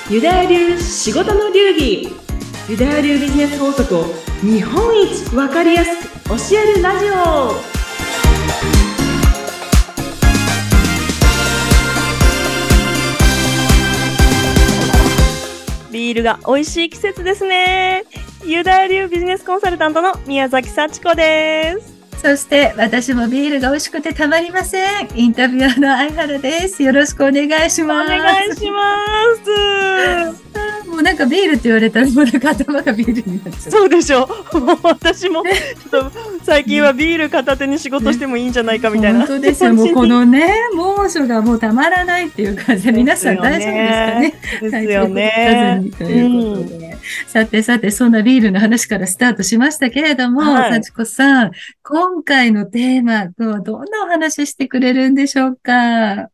ユダヤ流仕事の流儀、ユダヤ流ビジネス法則を日本一わかりやすく教えるラジオ。ビールが美味しい季節ですね。ユダヤ流ビジネスコンサルタントの宮崎幸子です。 そして私もビールが美味しくてたまりません。インタビュアーの相原です。よろしくお願いします。 お願いします。 もうなんかビールって言われたらもうなんか頭がビールになっちゃう。 そうでしょ。もう私もちょっと最近はビール片手に仕事してもいいんじゃないかみたいな。 本当ですよ。もうこのね、猛暑がもうたまらないっていう感じで、皆さん大丈夫ですかね。 ですよね。 ということで。さて、そんなビールの話からスタートしましたけれども、幸子さん、今回のテーマ、どんなお話してくれるんでしょうか？ はい、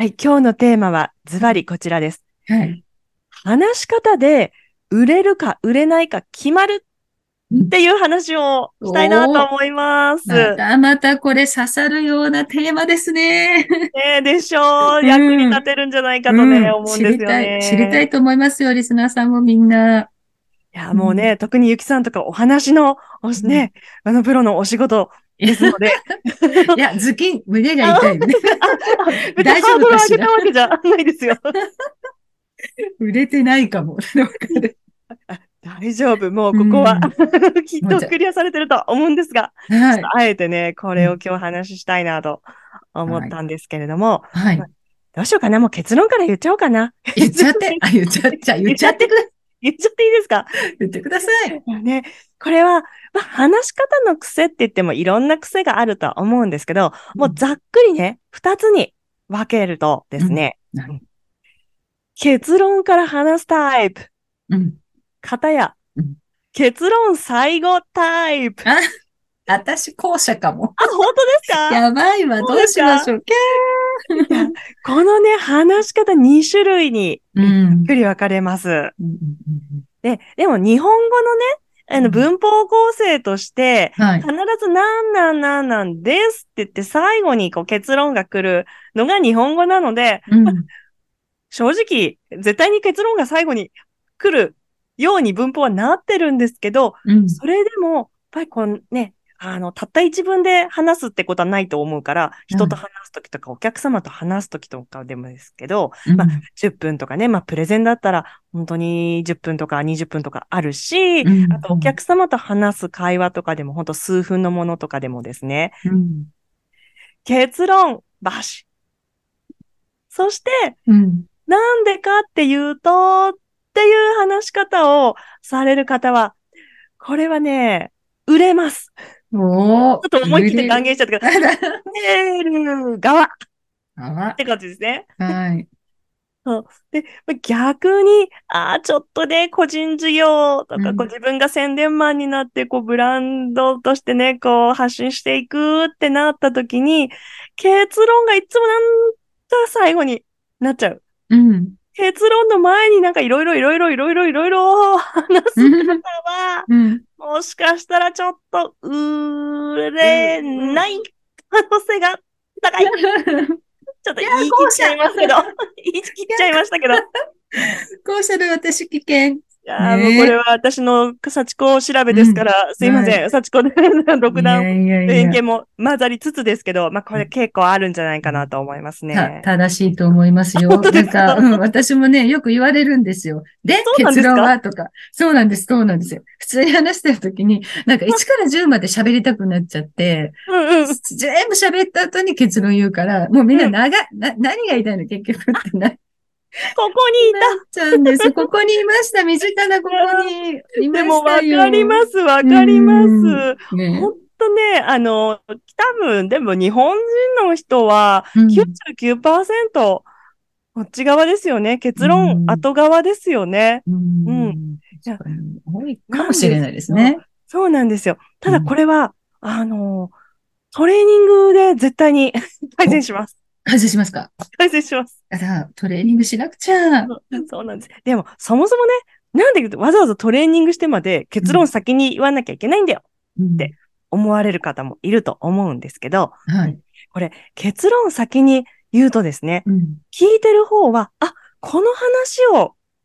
今日のテーマはズバリこちらです。 はい。 話し方で売れるか売れないか決まるっていう話をしたいなと思います。 またこれ刺さるようなテーマですね。 ねでしょう。役に立てるんじゃないかとね、思うんですよね。 知りたいと思いますよ、リスナーさんもみんな。 いや、もうね、特にゆきさんとかお話の、ね、プロのお仕事ですので。 いや、胸が痛いね。 大丈夫かしら。ハードル上げたわけじゃないですよ。 売れてないかも。 大丈夫。もうここは、きっとクリアされてると思うんですが、あえてね、これを今日話したいなと思ったんですけれども、どうしようかな。もう結論から言っちゃおうかな。 言っちゃって。言っちゃってください。 言っちゃっていいですか？ 言ってください。 ね、これは、話し方の癖って言ってもいろんな癖があるとは思うんですけど、もうざっくりね、二つに分けるとですね、結論から話すタイプ。片や、結論最後タイプ。 私、後者かも。 本当ですか？やばいわ、どうしましょう。 このね、話し方2種類にゆっくり分かれます。でも日本語のね、文法構成として、必ずなんですって言って最後に結論が来るのが日本語なので、正直、絶対に結論が最後に来るように文法はなってるんですけど、それでも、やっぱりこのね、たった一文で話すってことはないと思うから、人と話すときとか、お客様と話すときとかでもですけど、10分とかね、プレゼンだったら、本当に10分とか20分とかあるし、あとお客様と話す会話とかでも、本当数分のものとかでもですね、結論、バシ。そして、なんでかっていうと、っていう話し方をされる方は、これはね、売れます。ちょっと思い切って断言しちゃったけど、売れる側って感じですね。 はい。 で、逆に、ちょっとね、個人事業とか、自分が宣伝マンになって、ブランドとしてね、発信していくってなった時に、結論がいつもなんか最後になっちゃう。結論の前になんかいろいろ話す方は、もしかしたらちょっと売れない可能性が高い。ちょっと言い切っちゃいますけど。言い切っちゃいましたけど。 後者で私危険。 いやもうこれは私の幸子調べですから、すいません。幸子で独断、偏見も混ざりつつですけど、これ結構あるんじゃないかなと思いますね。 正しいと思いますよ。なんか、私もね、よく言われるんですよ。で、結論はとか。そうなんですよ。普通に話してるときに、なんか1から10まで喋りたくなっちゃって、全部喋った後に結論言うから、もうみんな何が言いたいの結局ってない。 ここにいた。 なっちゃうんです。ここにいました。身近なここにいましたよ。 でもわかります。ほんとね、多分、でも日本人の人は99%こっち側ですよね。結論後側ですよね。 多いかもしれないですね。 そうなんですよ。ただこれは、トレーニングで絶対に改善します。 改善しますか？ 改善します。 トレーニングしなくちゃ。 そうなんです。でも、そもそもね、なんでわざわざトレーニングしてまで結論先に言わなきゃいけないんだよって思われる方もいると思うんですけど、これ、結論先に言うとですね、聞いてる方は、この話を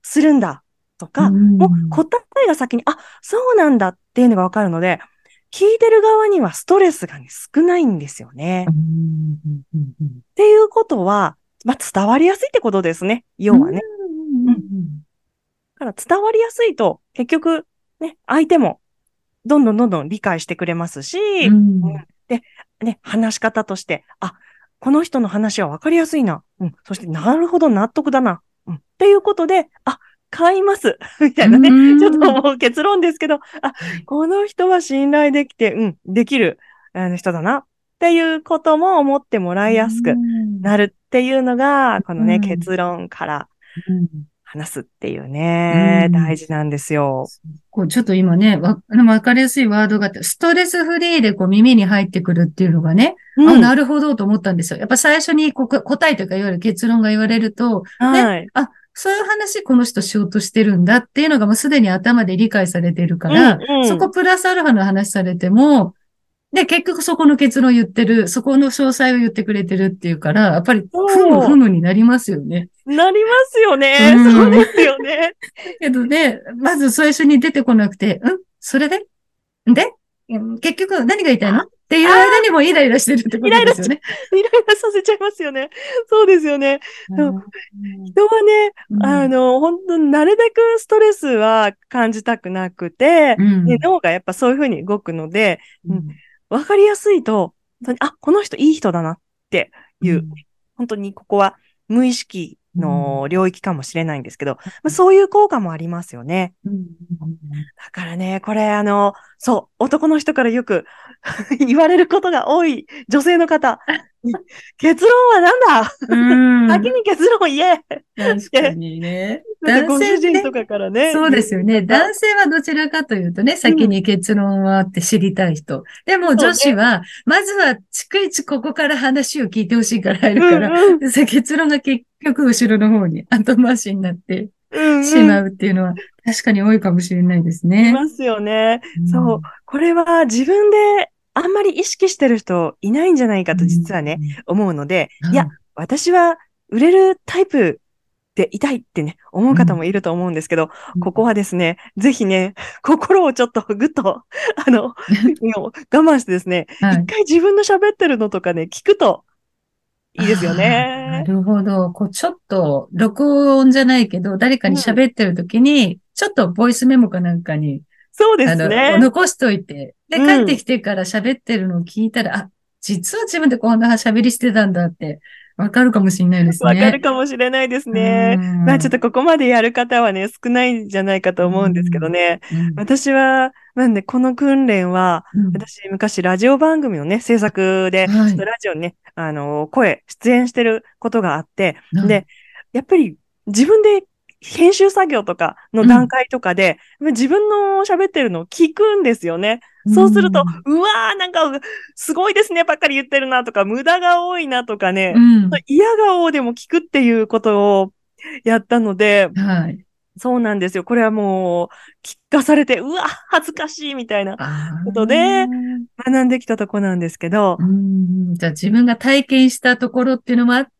するんだとか、もう答えが先に、あ、そうなんだっていうのがわかるので、聞いてる側にはストレスが、ね、少ないんですよね。っていうことは、まあ、伝わりやすいってことですね。要はね。だから伝わりやすいと、結局、ね、相手もどんどんどんどん理解してくれますし、で、ね、話し方として、あ、この人の話は分かりやすいな。そして、なるほど、納得だな。っていうことで、あ、買います。みたいなね。ちょっともう結論ですけど、あ、この人は信頼できて、できる人だな。っていうことも思ってもらいやすくなるっていうのが、このね、結論から話すっていうね、大事なんですよ。 ちょっと今ね、わかりやすいワードがあって、ストレスフリーで耳に入ってくるっていうのがね、なるほどと思ったんですよ。やっぱ最初に答えというか、いわゆる結論が言われると、ね、そういう話この人しようとしてるんだっていうのがもうすでに頭で理解されてるから、そこプラスアルファの話されても、で、結局そこの結論言ってる、そこの詳細を言ってくれてるっていうから、やっぱり、ふむになりますよね。 なりますよね。そうですよね。 けどね、まず最初に出てこなくて、それで結局何が言いたいのっていう間にもイライラしてるってことですよね。 イライラさせちゃいますよね。そうですよね。人はね、本当になるべくストレスは感じたくなくて、脳がやっぱそういうふうに動くので、わかりやすいと、あ、この人いい人だなっていう、本当にここは無意識の領域かもしれないんですけど、そういう効果もありますよね。だからね、これそう、男の人からよく言われることが多い女性の方。結論は何だ先に結論言え確かにね。 ご主人とかからね。 そうですよね。男性はどちらかというとね、先に結論はって知りたい人。でも女子は、まずは逐一ここから話を聞いてほしいから入るから、結論が結局後ろの方に後回しになってしまうっていうのは確かに多いかもしれないですね。 いますよね。そう。これは自分であんまり意識してる人いないんじゃないかと実はね、思うので、いや、私は売れるタイプでいたいってね、思う方もいると思うんですけど、ここはですね、ぜひね、心をちょっとぐっと、我慢してですね、一回自分の喋ってるのとかね、聞くといいですよね。 なるほど。ちょっと、録音じゃないけど、誰かに喋ってる時に、ちょっとボイスメモかなんかに、 そうですね。 残しといて、で、帰ってきてから喋ってるのを聞いたら、実は自分でこんな喋りしてたんだって、わかるかもしれないですね。 わかるかもしれないですね。ちょっとここまでやる方はね、少ないんじゃないかと思うんですけどね。私は、なんで、この訓練は、私、昔、ラジオ番組のね、制作で、ちょっとラジオにね、出演してることがあって、で、やっぱり、自分で編集作業とかの段階とかで、自分の喋ってるのを聞くんですよね。そうすると、うわー、なんか、すごいですね、ばっかり言ってるなとか、無駄が多いなとかね、嫌顔でも聞くっていうことをやったので、そうなんですよ。これはもう、聞かされて、うわ、恥ずかしいみたいなことで、学んできたとこなんですけど。 じゃあ自分が体験したところっていうのもあって、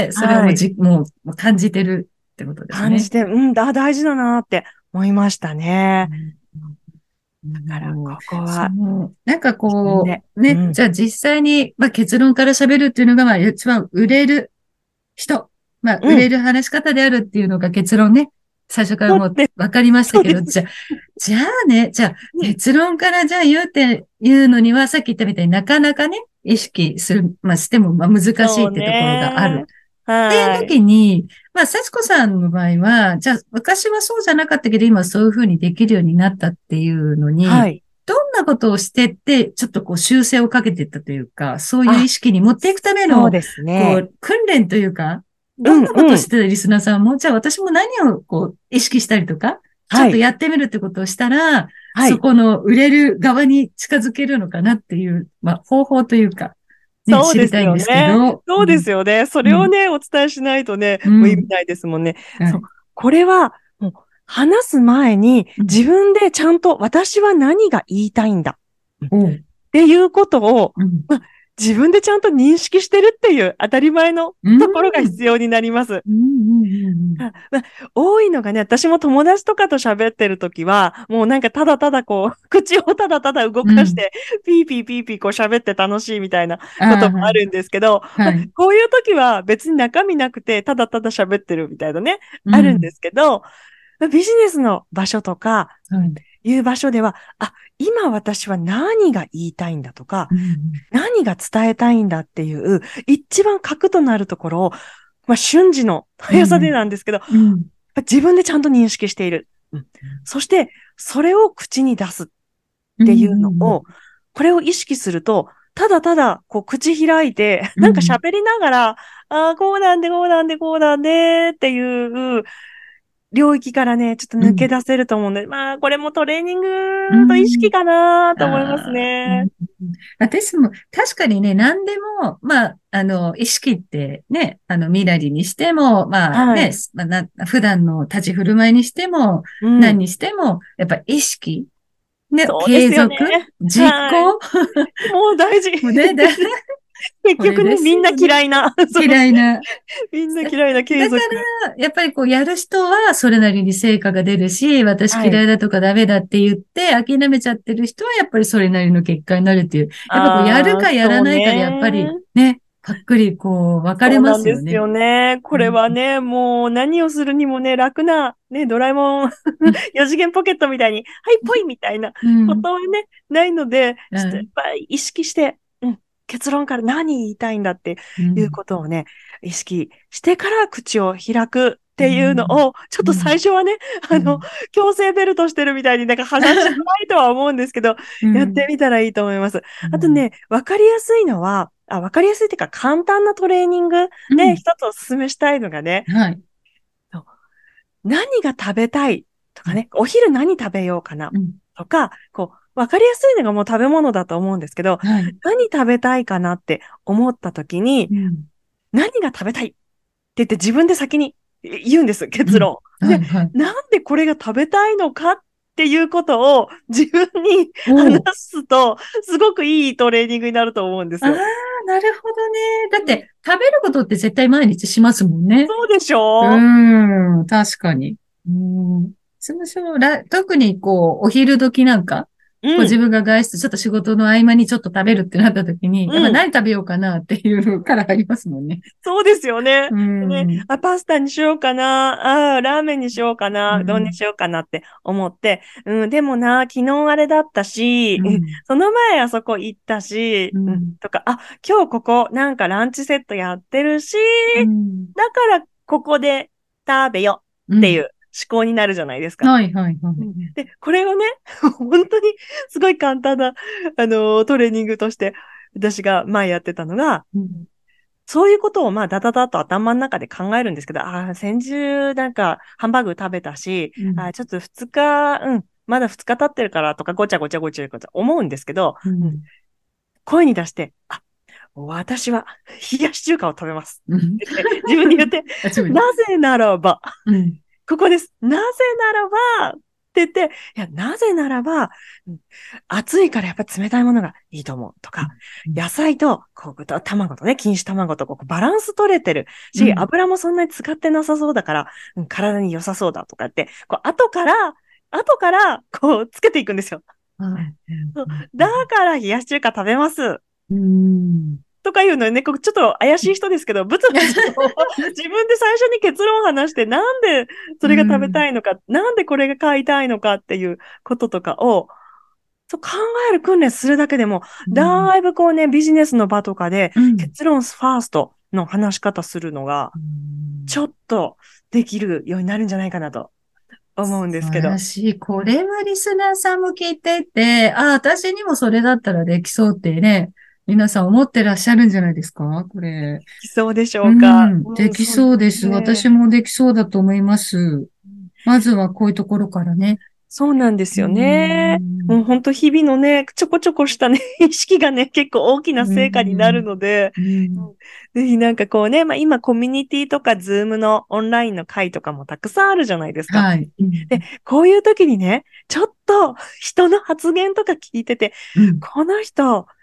それをもう感じてるってことですね。 感じて、大事だなって思いましたね。だから、ここは。 なんかね、じゃあ実際に、結論から喋るっていうのが、一番売れる人。売れる話し方であるっていうのが結論ね。最初からもう分かりましたけど、じゃあ結論からじゃあ言うっていうのには、さっき言ったみたいになかなかね、意識する、しても難しいってところがある。っていう時に、幸子さんの場合は、じゃあ、昔はそうじゃなかったけど、今そういうふうにできるようになったっていうのに、どんなことをしてって、ちょっと修正をかけていったというか、そういう意識に持っていくための、訓練というか、どんなことをしてたリスナーさんも、じゃあ私も何を意識したりとか、ちょっとやってみるってことをしたら、そこの売れる側に近づけるのかなっていう、方法というか、 そうですよね。そうですよね。それをね、お伝えしないとね、もう意味ないですもんね。そう。これは、もう、話す前に、自分でちゃんと私は何が言いたいんだ。っていうことを、 自分でちゃんと認識してるっていう当たり前のところが必要になります。多いのがね、私も友達とかと喋ってるときは、もうなんかただただこう、口をただただ動かして、ピーピーピーピーこう喋って楽しいみたいなこともあるんですけど、こういうときは別に中身なくて、ただただ喋ってるみたいなね、あるんですけど、ビジネスの場所とか、いう場所では、今私は何が言いたいんだとか、何が伝えたいんだっていう、一番核となるところを、瞬時の速さでなんですけど、自分でちゃんと認識している。そして、それを口に出すっていうのを、これを意識すると、ただただ、こう、口開いて、なんか喋りながら、こうなんで、こうなんで、こうなんで、っていう、領域からね、ちょっと抜け出せると思うんで、これもトレーニングと意識かなと思いますね。 私も確かにね、何でも、意識ってね、身なりにしても、普段の立ち振る舞いにしても、何にしても、やっぱ意識、ね、継続、実行、 もう大事。もうね、結局ね、みんな嫌いな。 嫌いな。 みんな嫌いな継続。 だから、やっぱりこう、やる人はそれなりに成果が出るし、私嫌いだとかダメだって言って、諦めちゃってる人はやっぱりそれなりの結果になるっていう。やっぱこう、やるかやらないかでやっぱりね、ぱっくりこう、分かれますよね。そうなんですよね。これはね、もう何をするにもね、楽な、ね、ドラえもん、4次元ポケットみたいに、はい、ぽいみたいなことはね、ないので、ちょっとやっぱり意識して、結論から何言いたいんだっていうことをね、意識してから口を開くっていうのを、ちょっと最初はね、強制ベルトしてるみたいになんか話しづらいとは思うんですけど、やってみたらいいと思います。あとね、わかりやすいのは、わかりやすいっていうか簡単なトレーニングで一つお勧めしたいのがね、何が食べたいとかね、お昼何食べようかなとか、こう、わかりやすいのがもう食べ物だと思うんですけど、何食べたいかなって思った時に、何が食べたいって言って自分で先に言うんです、結論。で、なんでこれが食べたいのかっていうことを自分に話すと、すごくいいトレーニングになると思うんですよ。 なるほどね。だって、食べることって絶対毎日しますもんね。 そうでしょ確かに。特にこう、お昼時なんか、こう自分が外出、ちょっと仕事の合間にちょっと食べるってなった時に、やっぱ何食べようかなっていうのからありますもんね。 そうですよね。パスタにしようかな。ラーメンにしようかな。うどんにしようかなって思って。でもな、昨日あれだったし、その前あそこ行ったし、とか、今日ここなんかランチセットやってるし、だからここで食べよっていう思考になるじゃないですか。で、これをね、本当にすごい簡単な、トレーニングとして、私が前やってたのが、そういうことをダダダと頭の中で考えるんですけど、先週なんかハンバーグ食べたし、ちょっと2日、まだ2日経ってるからとかごちゃごちゃごちゃごちゃ思うんですけど、声に出して、私は冷やし中華を食べます。自分に言って、なぜならば、ここです。なぜならば、って言って、なぜならば、暑いからやっぱり冷たいものがいいと思うとか、野菜と、卵とね、錦糸卵とバランス取れてるし、油もそんなに使ってなさそうだから、体に良さそうだとかって、後から、つけていくんですよ。だから冷やし中華食べます。とかいうのね、ちょっと怪しい人ですけど、ブツブツ自分で最初に結論を話して、なんでそれが食べたいのか、なんでこれが買いたいのかっていうこととかを、考える訓練するだけでも、だいぶビジネスの場とかで、結論ファーストの話し方するのが、ちょっとできるようになるんじゃないかなと思うんですけど。 これはリスナーさんも聞いてて、私にもそれだったらできそうってね、皆さん思ってらっしゃるんじゃないですかこれ。 できそうでしょうか、 できそうです。私もできそうだと思います。まずはこういうところからね。 そうなんですよね。もう本当日々のね、ちょこちょこしたね、意識がね、結構大きな成果になるので、ぜひなんか今コミュニティとかズームのオンラインの会とかもたくさんあるじゃないですか。で、こういう時にね、ちょっと人の発言とか聞いてて、この人、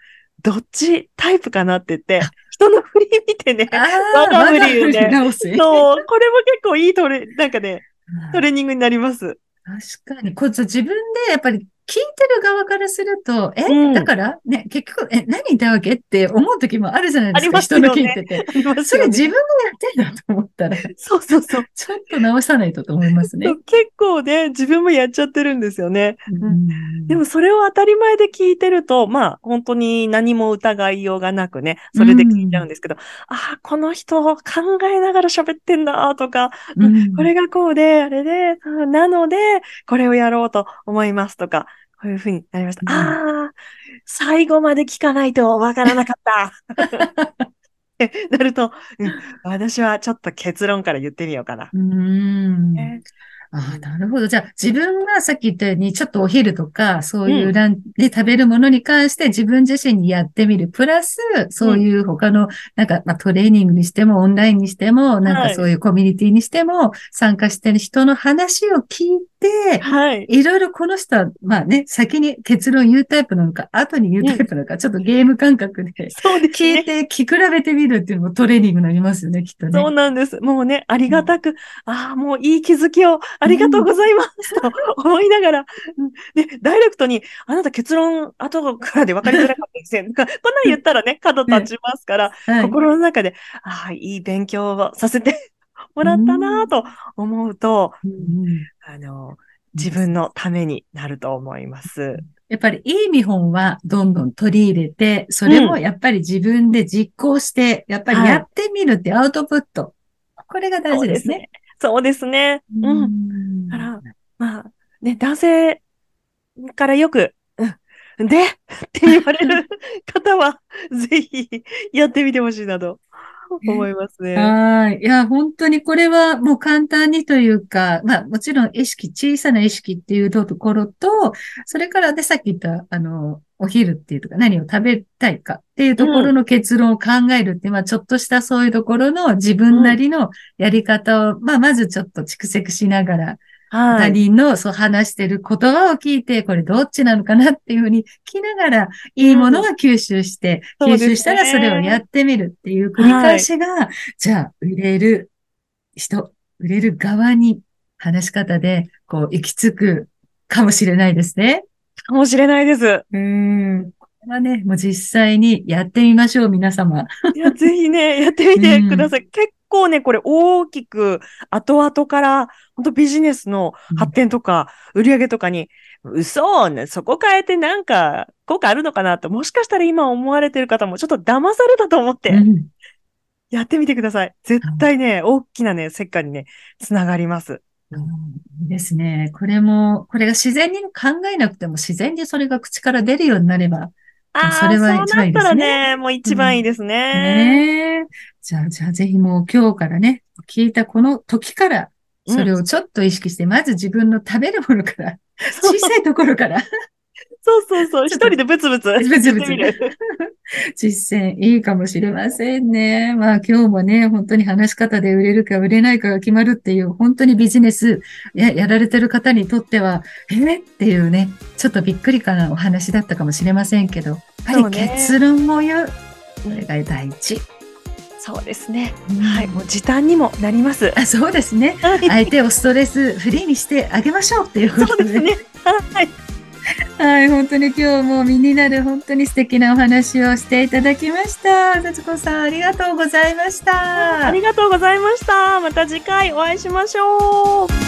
どっちタイプかなって言って、人の振り見てね、我が振りをね、そう、これも結構いいなんかね、トレーニングになります。 確かに。自分でやっぱり聞いてる側からすると、だからね、結局、何言ったわけって思う時もあるじゃないですか。人の聞いてて。それ自分でやってんだと思ったら。 そうそうそう。 ちょっと直さないと思いますね。 結構ね、自分もやっちゃってるんですよね。でもそれを当たり前で聞いてると、まあ本当に何も疑いようがなくね、それで聞いちゃうんですけど、この人考えながら喋ってんだとか、これがこうで、あれで、なので、これをやろうと思いますとか、こういうふうになりました。最後まで聞かないとわからなかった。なると、私はちょっと結論から言ってみようかな。 なるほど。じゃあ、自分がさっき言ったように、ちょっとお昼とか、そういうで食べるものに関して自分自身にやってみる。プラス、そういう他の、なんか、トレーニングにしても、オンラインにしても、なんかそういうコミュニティにしても、参加してる人の話を聞いて、いろいろこの人は、先に結論言うタイプなのか、後に言うタイプなのか、ちょっとゲーム感覚で、聞いて、聞き比べてみるっていうのもトレーニングになりますよね、きっとね。 そうなんです。もうね、ありがたく、もういい気づきを、ありがとうございますと思いながら、で、ダイレクトに、あなた結論後からで分かりづらかったですね。こんなん言ったらね、角立ちますから、心の中で、いい勉強をさせてもらったなと思うと、自分のためになると思います。 やっぱりいい見本はどんどん取り入れて、それもやっぱり自分で実行して、やっぱりやってみるってアウトプット。これが大事ですね。 そうですね。だから、ね、男性からよく、でって言われる方は、ぜひやってみてほしいなと思いますね。 いや、本当にこれはもう簡単にというか、もちろん小さな意識っていうところと、それからさっき言った、お昼っていうとか、何を食べたいかっていうところの結論を考えるって、ちょっとしたそういうところの自分なりのやり方を、まずちょっと蓄積しながら、他人のそう話してる言葉を聞いて、これどっちなのかなっていうふうに聞きながら、いいものは吸収して、吸収したらそれをやってみるっていう繰り返しが、じゃあ、売れる側に話し方で、行き着くかもしれないですね。 かもしれないです。これはね、もう実際にやってみましょう、皆様。 いや、ぜひね、やってみてください。結構ね、これ大きく後々から本当ビジネスの発展とか売り上げとかに、嘘ね、そこ変えてなんか効果あるのかなと、もしかしたら今思われてる方もちょっと騙されたと思って、やってみてください。絶対ね、大きなね、成果にね、つながります。 いいですね。これが自然に考えなくても自然にそれが口から出るようになれば、それは一番いいですね。 そうなったらね、もう一番いいですね。 じゃあぜひもう今日からね、聞いたこの時から、それをちょっと意識して、まず自分の食べるものから、小さいところから。 そう。一人でブツブツ言ってみる。 実践いいかもしれませんね。今日もね、本当に話し方で売れるか売れないかが決まるっていう、本当にビジネスやられてる方にとっては、っていうね、ちょっとびっくりかなお話だったかもしれませんけど、やっぱり結論を言う。これが第一。 そうですね。はい。もう時短にもなります。 そうですね。相手をストレスフリーにしてあげましょうっていうことで。 そうですね。はい。 はい、本当に今日も身になる本当に素敵なお話をしていただきました。幸子さん、ありがとうございました。 ありがとうございました。また次回お会いしましょう。